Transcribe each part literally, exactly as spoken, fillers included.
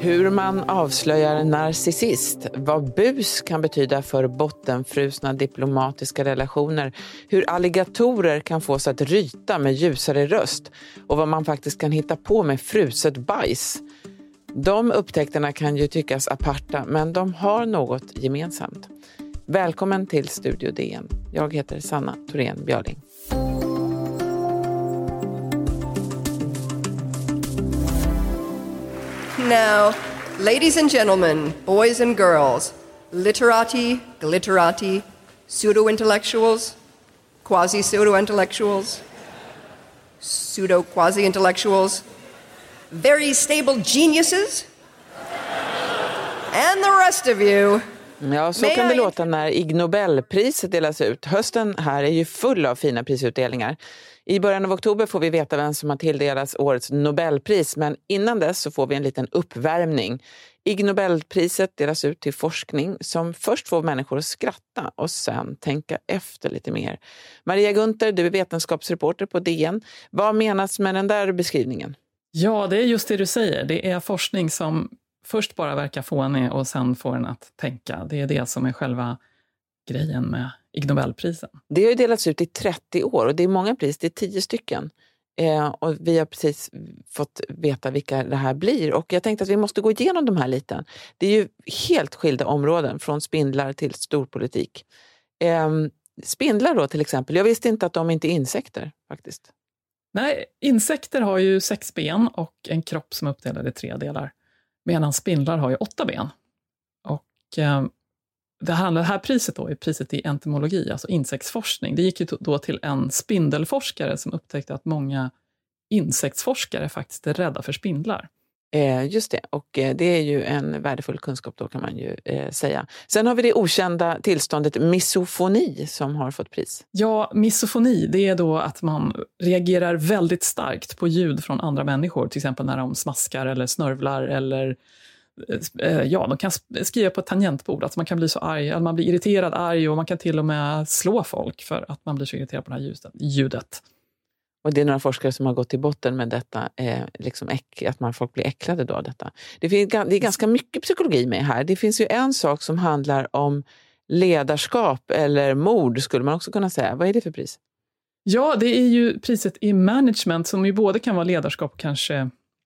Hur man avslöjar en narcissist, vad bus kan betyda för bottenfrusna diplomatiska relationer, hur alligatorer kan fås att ryta med ljusare röst och vad man faktiskt kan hitta på med fruset bajs. De upptäckterna kan ju tyckas aparta, men de har något gemensamt. Välkommen till Studio D N. Jag heter Sanna Thorén Björling. Now, ladies and gentlemen, boys and girls, literati, glitterati, pseudo-intellectuals, quasi-pseudo-intellectuals, pseudo-quasi-intellectuals, very stable geniuses, and the rest of you. Ja, så kan det låta när Ig Nobelpriset delas ut. Hösten här är ju full av fina prisutdelningar. I början av oktober får vi veta vem som har tilldelats årets Nobelpris, men innan dess så får vi en liten uppvärmning. Ig Nobelpriset delas ut till forskning som först får människor att skratta och sen tänka efter lite mer. Maria Gunther, du är vetenskapsreporter på D N. Vad menas med den där beskrivningen? Ja, det är just det du säger. Det är forskning som först bara verkar fånig och sen får en att tänka. Det är det som är själva grejen med Ig Nobelprisen. Det har ju delats ut i trettio år och det är många pris, det är tio stycken. Eh, och vi har precis fått veta vilka det här blir. Och jag tänkte att vi måste gå igenom de här lite. Det är ju helt skilda områden, från spindlar till storpolitik. Eh, spindlar då till exempel, jag visste inte att de inte är insekter faktiskt. Nej, insekter har ju sex ben och en kropp som är uppdelad i tre delar. Medan spindlar har ju åtta ben. Och eh, det, här, det här priset då är priset i entomologi, alltså insektsforskning. Det gick ju då till en spindelforskare som upptäckte att många insektsforskare faktiskt är rädda för spindlar. Eh, just det, och eh, det är ju en värdefull kunskap då, kan man ju eh, säga. Sen har vi det okända tillståndet misofoni som har fått pris. Ja, misofoni, det är då att man reagerar väldigt starkt på ljud från andra människor. Till exempel när de smaskar eller snörvlar eller eh, ja, de kan skriva på ett tangentbord. Att man kan bli så arg, att man blir irriterad, arg och man kan till och med slå folk för att man blir så irriterad på det här ljudet. Och det är några forskare som har gått till botten med detta, eh, liksom äck, att man folk blir äcklade då av detta. Det, finns, det är ganska mycket psykologi med här. Det finns ju en sak som handlar om ledarskap eller mord, skulle man också kunna säga. Vad är det för pris? Ja, det är ju priset i management som ju både kan vara ledarskap och kanske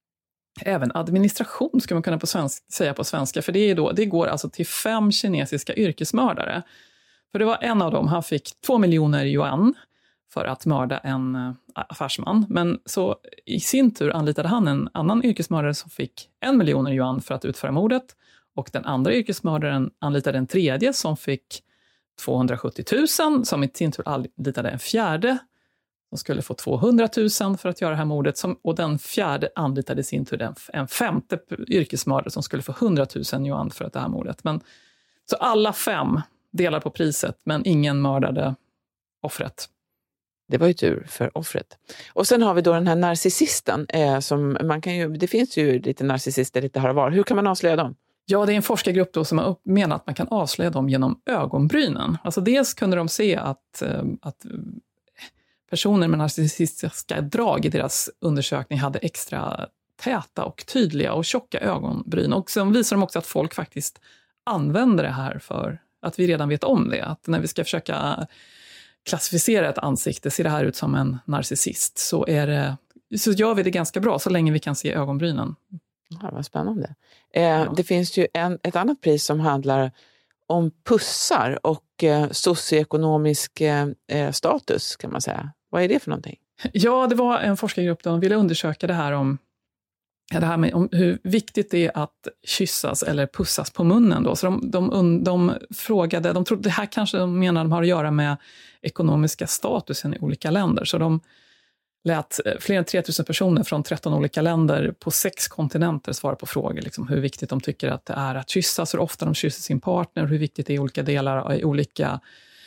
även administration, ska man kunna på svensk, säga på svenska. För det, är då, det går alltså till fem kinesiska yrkesmördare. För det var en av dem, han fick två miljoner yuan för att mörda en affärsman. Men så i sin tur anlitade han en annan yrkesmördare som fick en miljon yuan för att utföra mordet. Och den andra yrkesmördaren anlitade en tredje som fick tvåhundrasjuttio tusen, som i sin tur anlitade en fjärde som skulle få tvåhundratusen för att göra det här mordet. Som, och den fjärde anlitade i sin tur en, en femte yrkesmördare som skulle få hundratusen yuan för att det här mordet. Men, så alla fem delar på priset, men ingen mördade offret. Det var ju tur för offret. Och sen har vi då den här narcissisten. Eh, som man kan ju, det finns ju lite narcissister lite här och var. Hur kan man avslöja dem? Ja, det är en forskargrupp då som har menat att man kan avslöja dem genom ögonbrynen. Alltså dels kunde de se att, att personer med narcissistiska drag i deras undersökning hade extra täta och tydliga och tjocka ögonbryn. Och sen visar de också att folk faktiskt använder det här för att vi redan vet om det. Att när vi ska försöka klassificera ett ansikte, ser det här ut som en narcissist, så, är det, så gör vi det ganska bra så länge vi kan se ögonbrynen. Ja, vad spännande. Eh, ja. Det finns ju en, ett annat pris som handlar om pussar och eh, socioekonomisk eh, status, kan man säga. Vad är det för någonting? Ja, det var en forskargrupp som ville undersöka det här om det här med om hur viktigt det är att kyssas eller pussas på munnen då. Så de, de, de frågade, de trodde det här kanske de menar de har att göra med ekonomiska statusen i olika länder. Så de lät fler än tre tusen personer från tretton olika länder på sex kontinenter svara på frågor. Liksom, hur viktigt de tycker att det är att kyssas, hur ofta de kysser sin partner, hur viktigt det är i olika delar, i olika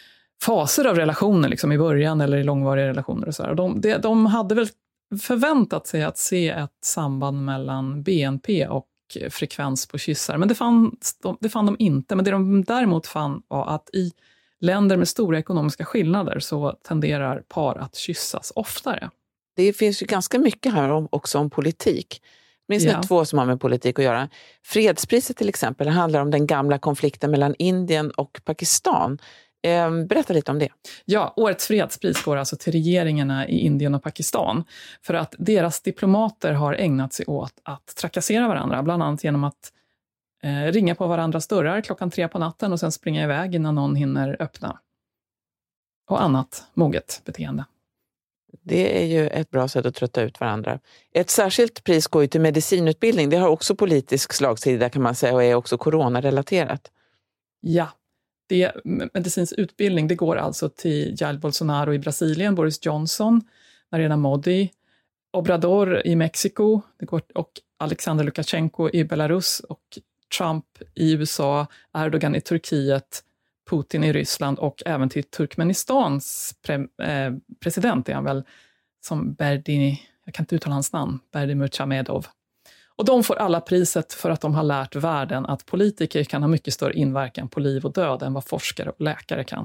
faser av relationer, liksom i början eller i långvariga relationer och så här. De, de, de hade väl förväntat sig att se ett samband mellan B N P och frekvens på kyssar. Men det fann, det fann de inte. Men det de däremot fann var att i länder med stora ekonomiska skillnader så tenderar par att kyssas oftare. Det finns ju ganska mycket här om, också om politik. Åtminstone Ja. två som har med politik att göra. Fredspriset till exempel handlar om den gamla konflikten mellan Indien och Pakistan. Eh, berätta lite om det. Ja, årets fredspris går alltså till regeringarna i Indien och Pakistan för att deras diplomater har ägnat sig åt att trakassera varandra, bland annat genom att eh, ringa på varandras dörrar klockan tre på natten och sen springa iväg innan någon hinner öppna. Och annat moget beteende. Det är ju ett bra sätt att trötta ut varandra. Ett särskilt pris går ju till medicinutbildning. Det har också politisk slagsida kan man säga och är också coronarelaterat. Ja, det medicinsk utbildning det går alltså till Jair Bolsonaro i Brasilien, Boris Johnson, Narendra Modi, Obrador i Mexiko det går, och Alexander Lukasjenko i Belarus och Trump i U S A, Erdogan i Turkiet, Putin i Ryssland och även till Turkmenistans pre- eh, president är han väl, som Berdi, jag kan inte uttala hans namn, Berdi Muchamedov. Och de får alla priset för att de har lärt världen att politiker kan ha mycket större inverkan på liv och död än vad forskare och läkare kan.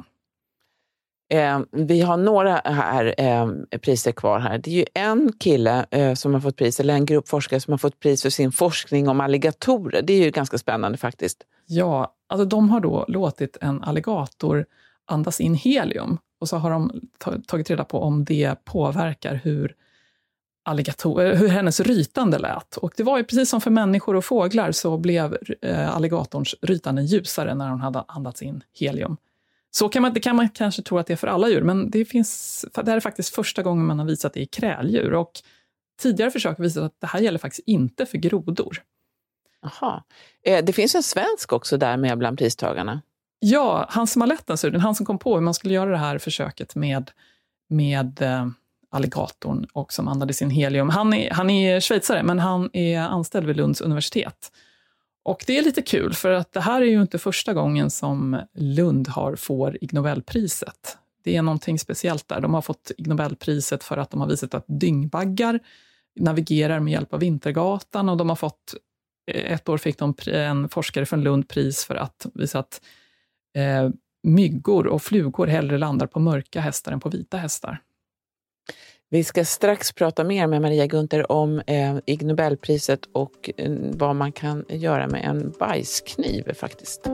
Eh, vi har några här eh, priser kvar här. Det är ju en kille eh, som har fått pris, eller en grupp forskare som har fått pris för sin forskning om alligatorer. Det är ju ganska spännande faktiskt. Ja, alltså de har då låtit en alligator andas in helium och så har de tagit reda på om det påverkar hur, alligator, hur hennes rytande lät. Och det var ju precis som för människor och fåglar så blev eh, alligatorns rytande ljusare när hon hade andats in helium. Så kan man, det kan man kanske tro att det är för alla djur, men det, finns, det här är faktiskt första gången man har visat det i kräldjur. Och tidigare försök visar att det här gäller faktiskt inte för grodor. Jaha. Eh, det finns en svensk också där med bland pristagarna. Ja, Hans Malletten, han som kom på hur man skulle göra det här försöket med, med eh, alligatorn och som andades in helium. Han är, han är schweizare, men han är anställd vid Lunds universitet. Och det är lite kul för att det här är ju inte första gången som Lund har får Ig Nobelpriset. Det är någonting speciellt där. De har fått Ig Nobelpriset för att de har visat att dyngbaggar navigerar med hjälp av Vintergatan och de har fått, ett år fick de en forskare från Lund pris för att visa att eh, myggor och flugor hellre landar på mörka hästar än på vita hästar. Vi ska strax prata mer med Maria Gunther om eh, Ig Nobelpriset och eh, vad man kan göra med en bajskniv faktiskt.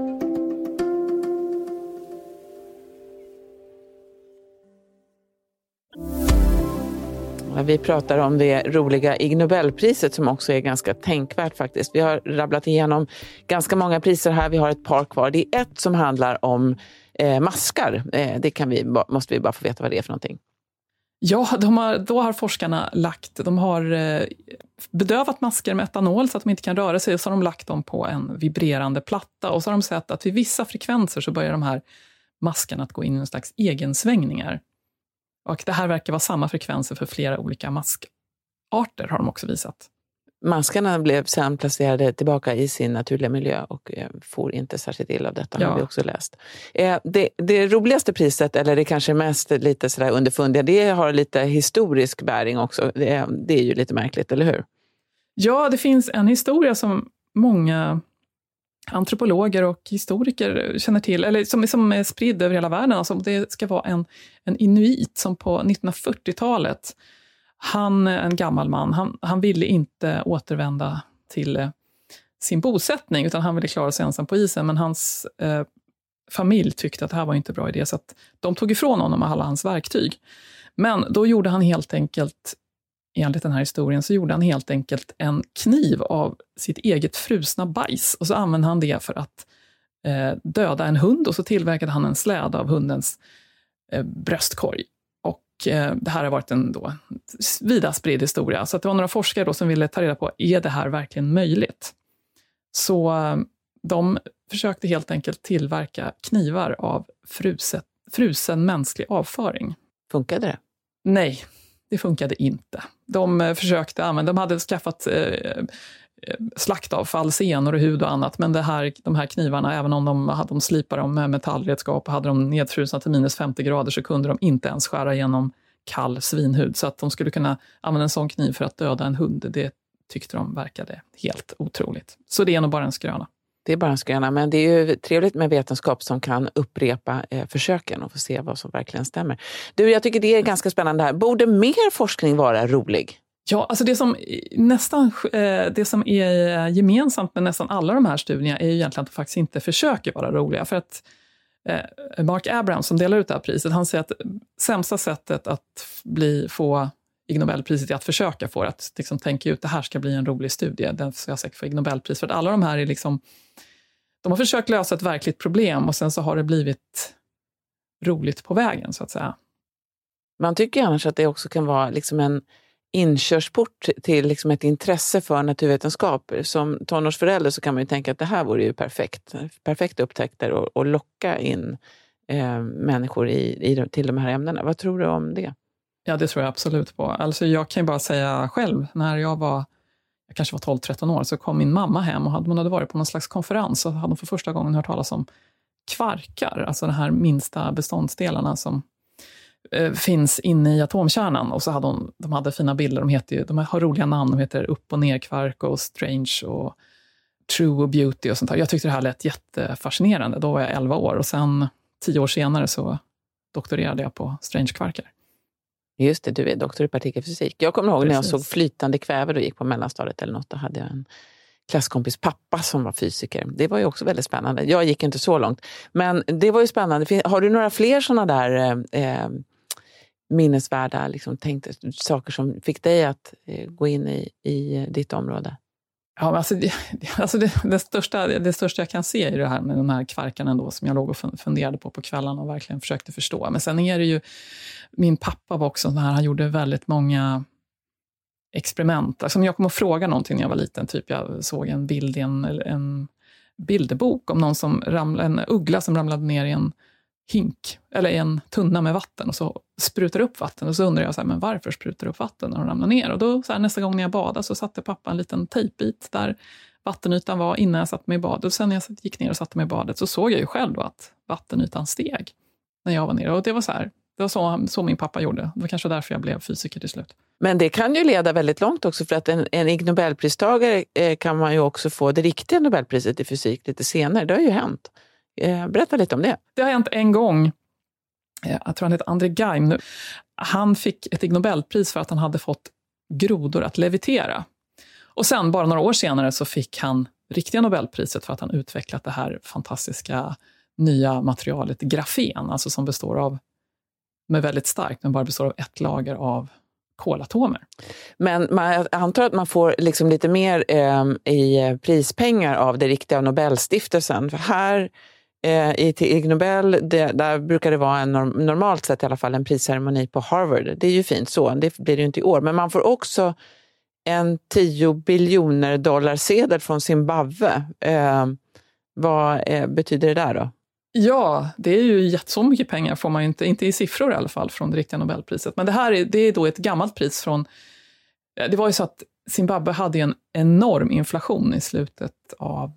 Vi pratar om det roliga Ig Nobelpriset som också är ganska tänkvärt faktiskt. Vi har rabblat igenom ganska många priser här, vi har ett par kvar. Det är ett som handlar om eh, maskar. Eh, det kan vi, måste vi bara få veta vad det är för någonting. Ja, de har, då har forskarna lagt, de har eh, bedövat masker med etanol så att de inte kan röra sig och så har de lagt dem på en vibrerande platta och så har de sett att vid vissa frekvenser så börjar de här maskerna att gå in i en slags egensvängningar. Och det här verkar vara samma frekvenser för flera olika maskarter har de också visat. Maskarna blev sedan placerade tillbaka i sin naturliga miljö och eh, får inte särskilt illa av detta, ja. Har vi också läst. Eh, det, det roligaste priset, eller det kanske mest lite sådär underfundiga, det har lite historisk bäring också. Det, det är ju lite märkligt, eller hur? Ja, det finns en historia som många antropologer och historiker känner till, eller som, som är spridd över hela världen. Alltså det ska vara en, en inuit som på nittonhundrafyrtiotalet, han, en gammal man, han, han ville inte återvända till eh, sin bosättning utan han ville klara sig ensam på isen, men hans eh, familj tyckte att det här var inte bra idé så att de tog ifrån honom alla hans verktyg. Men då gjorde han helt enkelt, enligt den här historien, så gjorde han helt enkelt en kniv av sitt eget frusna bajs och så använde han det för att eh, döda en hund och så tillverkade han en släd av hundens eh, bröstkorg. Och eh, det här har varit en då vida spridd historia. Så att det var några forskare då som ville ta reda på, är det här verkligen möjligt? Så eh, de försökte helt enkelt tillverka knivar av fruset, frusen mänsklig avföring. Funkade det? Nej, det funkade inte. De försökte använda, de hade skaffat eh, slaktavfall, senor och hud och annat, men det här, de här knivarna, även om de, hade, de slipade dem med metallredskap och hade de nedfrusna till minus femtio grader så kunde de inte ens skära igenom kall svinhud. Så att de skulle kunna använda en sån kniv för att döda en hund, det tyckte de verkade helt otroligt. Så det är nog bara en skröna. Det är bara en skröna, men det är ju trevligt med vetenskap som kan upprepa eh, försöken och få se vad som verkligen stämmer. Du, jag tycker det är ganska spännande här. Borde mer forskning vara rolig? Ja, alltså det som, nästan, det som är gemensamt med nästan alla de här studierna är ju egentligen att de faktiskt inte försöker vara roliga. För att Mark Abrahams som delar ut det här priset, han säger att sämsta sättet att bli, få Ig Nobelpriset är att försöka få att liksom tänka ut det här ska bli en rolig studie. Den ska jag säkert få Ig Nobelpris. För att alla de här är liksom, de har försökt lösa ett verkligt problem och sen så har det blivit roligt på vägen så att säga. Man tycker annars att det också kan vara liksom en inkörsport till liksom ett intresse för naturvetenskap. Som tonårsförälder så kan man ju tänka att det här vore ju perfekt. Perfekta upptäckter och, och locka in eh, människor i, i, till de här ämnena. Vad tror du om det? Ja, det tror jag absolut på. Alltså jag kan ju bara säga själv, när jag var, jag kanske var tolv tretton år, så kom min mamma hem och hade, hon hade varit på någon slags konferens och hade hon för första gången hört talas om kvarkar, alltså de här minsta beståndsdelarna som eh, finns inne i atomkärnan. Och så hade hon, de hade fina bilder, de, heter ju, de har roliga namn, de heter upp- och ner-kvark och strange och true och beauty och sånt där. Jag tyckte det här lät jättefascinerande, då var jag elva år och sen tio år senare så doktorerade jag på strange-kvarkar. Just det, du är doktor i partikelfysik. Jag kommer ihåg Precis. När jag såg flytande kväve och gick på mellanstadiet eller något, då hade jag en klasskompis pappa som var fysiker. Det var ju också väldigt spännande. Jag gick inte så långt, men det var ju spännande. Har du några fler sådana där eh, minnesvärda liksom, tänkte, saker som fick dig att eh, gå in i, i ditt område? Ja, men alltså, det, alltså det, det, största, det största jag kan se är det här med de här kvarkarna då, som jag låg och funderade på på kvällarna och verkligen försökte förstå. Men sen är det ju, min pappa var också så här, han gjorde väldigt många experiment. Alltså, om jag kom och fråga någonting när jag var liten, typ jag såg en bild i en, en bilderbok om någon som ramlade, en uggla som ramlade ner i en hink, eller i en tunna med vatten och så sprutar upp vatten. Och så undrar jag så här, men varför sprutar upp vatten när de ramlar ner? Och då så här, nästa gång när jag badade så satte pappa en liten tejpbit där vattenytan var innan jag satte mig i badet. Och sen när jag gick ner och satte mig i badet så såg jag ju själv då att vattenytan steg när jag var nere. Och det var så här, det var så, så min pappa gjorde. Det var kanske därför jag blev fysiker till slut. Men det kan ju leda väldigt långt också, för att en, en Ig Nobelpristagare eh, kan man ju också få det riktiga Nobelpriset i fysik lite senare. Det har ju hänt. Eh, berätta lite om det. Det har hänt en gång. Jag tror han heter André Geim. Han fick ett Ig Nobelpris för att han hade fått grodor att levitera. Och sen bara några år senare så fick han riktiga Nobelpriset för att han utvecklat det här fantastiska nya materialet grafen, alltså som består av, med väldigt starkt, men bara består av ett lager av kolatomer. Men man antar att man får liksom lite mer eh, i prispengar av det riktiga Nobelstiftelsen. För här eh, i Ig Nobel, det, där brukar det vara en norm, normalt sett i alla fall en prisceremoni på Harvard. Det är ju fint så, det blir det ju inte i år. Men man får också en tio biljoner dollar sedel från Zimbabwe. Eh, vad eh, betyder det där då? Ja, det är ju jätte så mycket pengar får man ju inte, inte i siffror i alla fall, från det riktiga Nobelpriset. Men det här är, det är då ett gammalt pris från, det var ju så att Zimbabwe hade en enorm inflation i slutet av,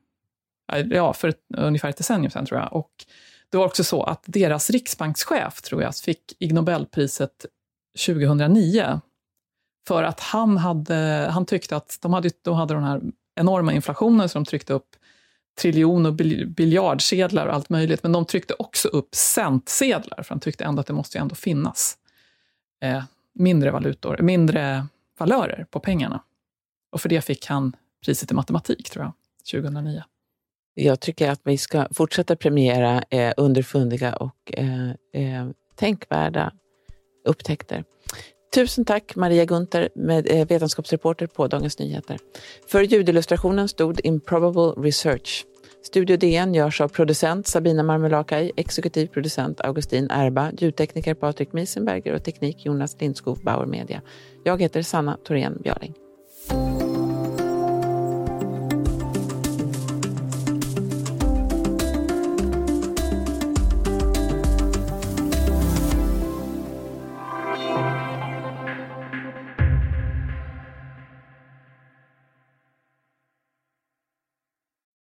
ja, för ett, ungefär ett decennium sedan tror jag. Och det var också så att deras riksbankschef, tror jag, fick Ig Nobelpriset tjugohundranio för att han hade, han tyckte att de hade, de hade den här enorma inflationen, så de tryckte upp triljon och biljardsedlar och allt möjligt. Men de tryckte också upp centsedlar, för han tyckte ändå att det måste ju ändå finnas eh, mindre valutor, mindre valörer på pengarna. Och för det fick han priset i matematik, tror jag, tjugohundranio. Jag tycker att vi ska fortsätta premiera eh, underfundiga och eh, eh, tänkvärda upptäckter. Tusen tack Maria Gunther, med eh, vetenskapsreporter på Dagens Nyheter. För ljudillustrationen stod Improbable Research. Studio D N görs av producent Sabina Marmelakai, exekutiv producent Augustin Erba, ljudtekniker Patrik Miesenberger och teknik Jonas Lindskog, Bauer Media. Jag heter Sanna Thorén Björling.